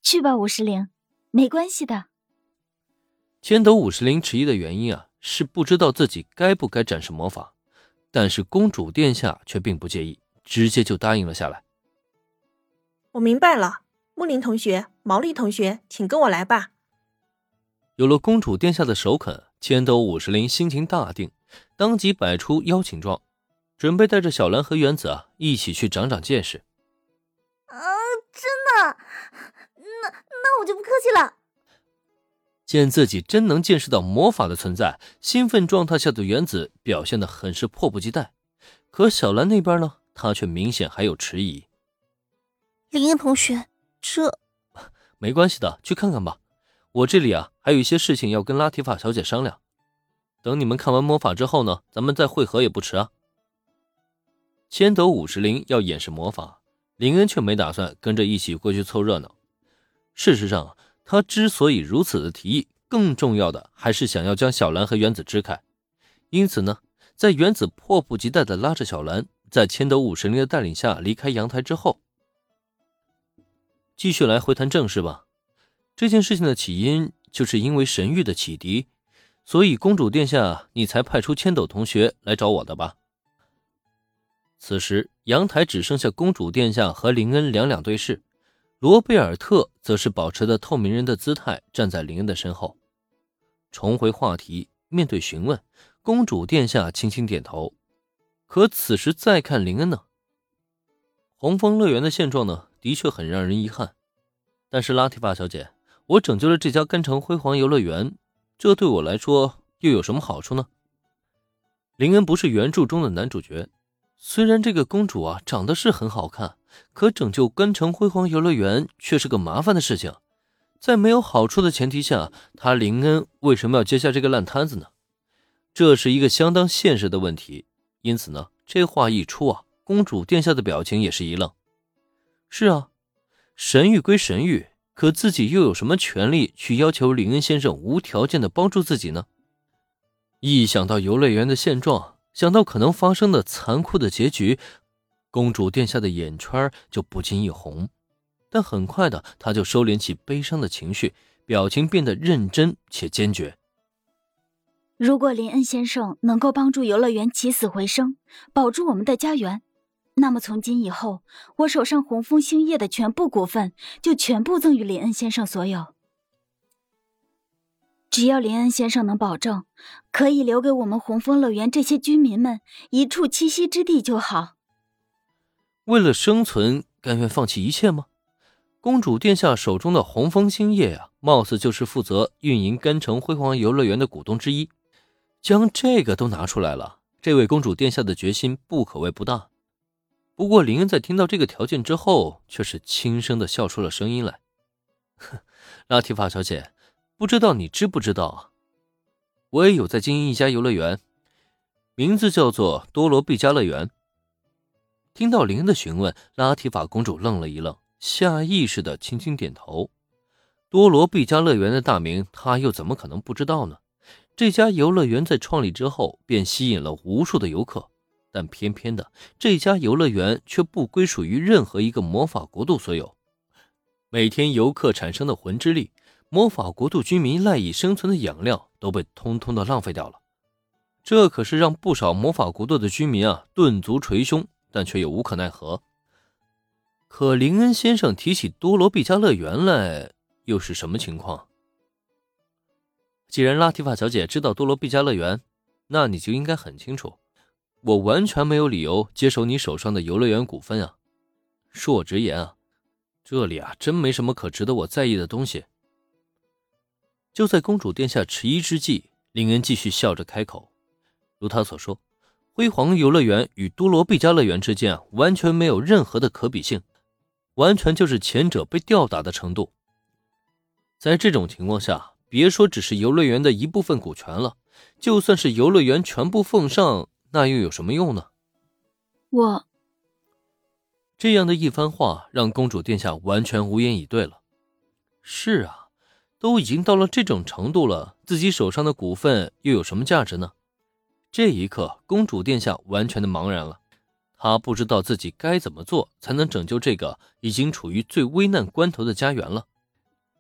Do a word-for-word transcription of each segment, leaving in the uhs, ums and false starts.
去吧，五十铃，没关系的。 千斗五十铃迟疑的原因啊，是不知道自己该不该展示魔法，但是公主殿下却并不介意，直接就答应了下来。 我明白了，木林同学、毛利同学，请跟我来吧。 有了公主殿下的首肯，千斗五十铃心情大定，当即摆出邀请状，准备带着小兰和原子啊一起去长长见识。 啊，真的？那那我就不客气了。 见自己真能见识到魔法的存在，兴奋状态下的原子表现得很是迫不及待。可小兰那边呢，她却明显还有迟疑。 林恩同学，这没关系的，去看看吧。我这里啊还有一些事情要跟拉提法小姐商量。等你们看完魔法之后呢，咱们再会合也不迟啊。千斗五十铃要演示魔法，林恩却没打算跟着一起过去凑热闹。事实上，他之所以如此的提议，更重要的还是想要将小兰和原子支开。因此呢，在原子迫不及待地拉着小兰，在千斗五十铃的带领下离开阳台之后，继续来回谈正事吧。这件事情的起因就是因为神域的启迪，所以公主殿下你才派出千斗同学来找我的吧。此时阳台只剩下公主殿下和林恩两两对视，罗贝尔特则是保持着透明人的姿态站在林恩的身后。重回话题，面对询问，公主殿下轻轻点头。可此时再看林恩呢，红枫乐园的现状呢，的确很让人遗憾。但是拉提法小姐，我拯救了这家甘城辉煌游乐园，这对我来说又有什么好处呢？林恩不是原著中的男主角，虽然这个公主啊长得是很好看，可拯救甘城辉煌游乐园却是个麻烦的事情。在没有好处的前提下，他林恩为什么要接下这个烂摊子呢？这是一个相当现实的问题。因此呢，这话一出啊，公主殿下的表情也是一愣。是啊，神谕归神谕，可自己又有什么权利去要求林恩先生无条件的帮助自己呢？一想到游乐园的现状，想到可能发生的残酷的结局，公主殿下的眼圈就不禁一红。但很快的，她就收敛起悲伤的情绪，表情变得认真且坚决。 如果林恩先生能够帮助游乐园起死回生，保住我们的家园，那么从今以后，我手上红枫星业的全部股份就全部赠与林恩先生所有。只要林恩先生能保证可以留给我们红枫乐园这些居民们一处栖息之地就好。 为了生存，甘愿放弃一切吗？公主殿下手中的红枫星业啊，貌似就是负责运营甘城辉煌游乐园的股东之一。将这个都拿出来了，这位公主殿下的决心不可谓不大。不过林恩在听到这个条件之后，却是轻声地笑出了声音来。拉提法小姐，不知道你知不知道啊？我也有在经营一家游乐园，名字叫做多罗毕加乐园。听到林恩的询问，拉提法公主愣了一愣，下意识地轻轻点头。多罗毕加乐园的大名，她又怎么可能不知道呢？这家游乐园在创立之后便吸引了无数的游客，但偏偏的这家游乐园却不归属于任何一个魔法国度所有。每天游客产生的魂之力，魔法国度居民赖以生存的养料都被通通的浪费掉了。这可是让不少魔法国度的居民啊顿足捶胸，但却又无可奈何。可林恩先生提起多罗毕加乐园来，又是什么情况？既然拉提法小姐知道多罗毕加乐园，那你就应该很清楚，我完全没有理由接手你手上的游乐园股份啊。恕我直言啊，这里啊真没什么可值得我在意的东西。就在公主殿下迟疑之际，林恩继续笑着开口，如他所说，辉煌游乐园与多罗毕加乐园之间啊完全没有任何的可比性，完全就是前者被吊打的程度。在这种情况下，别说只是游乐园的一部分股权了，就算是游乐园全部奉上，那又有什么用呢？ 我这样的一番话让公主殿下完全无言以对了。是啊，都已经到了这种程度了，自己手上的股份又有什么价值呢？这一刻，公主殿下完全的茫然了，她不知道自己该怎么做才能拯救这个已经处于最危难关头的家园了。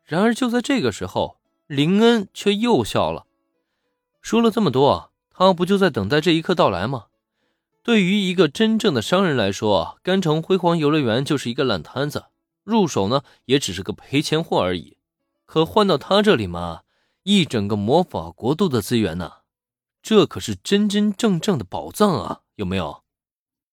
然而就在这个时候，林恩却又笑了。说了这么多啊，他不就在等待这一刻到来吗？对于一个真正的商人来说，甘城辉煌游乐园就是一个烂摊子，入手呢也只是个赔钱货而已。可换到他这里嘛，一整个魔法国度的资源呢，这可是真真正正的宝藏啊，有没有？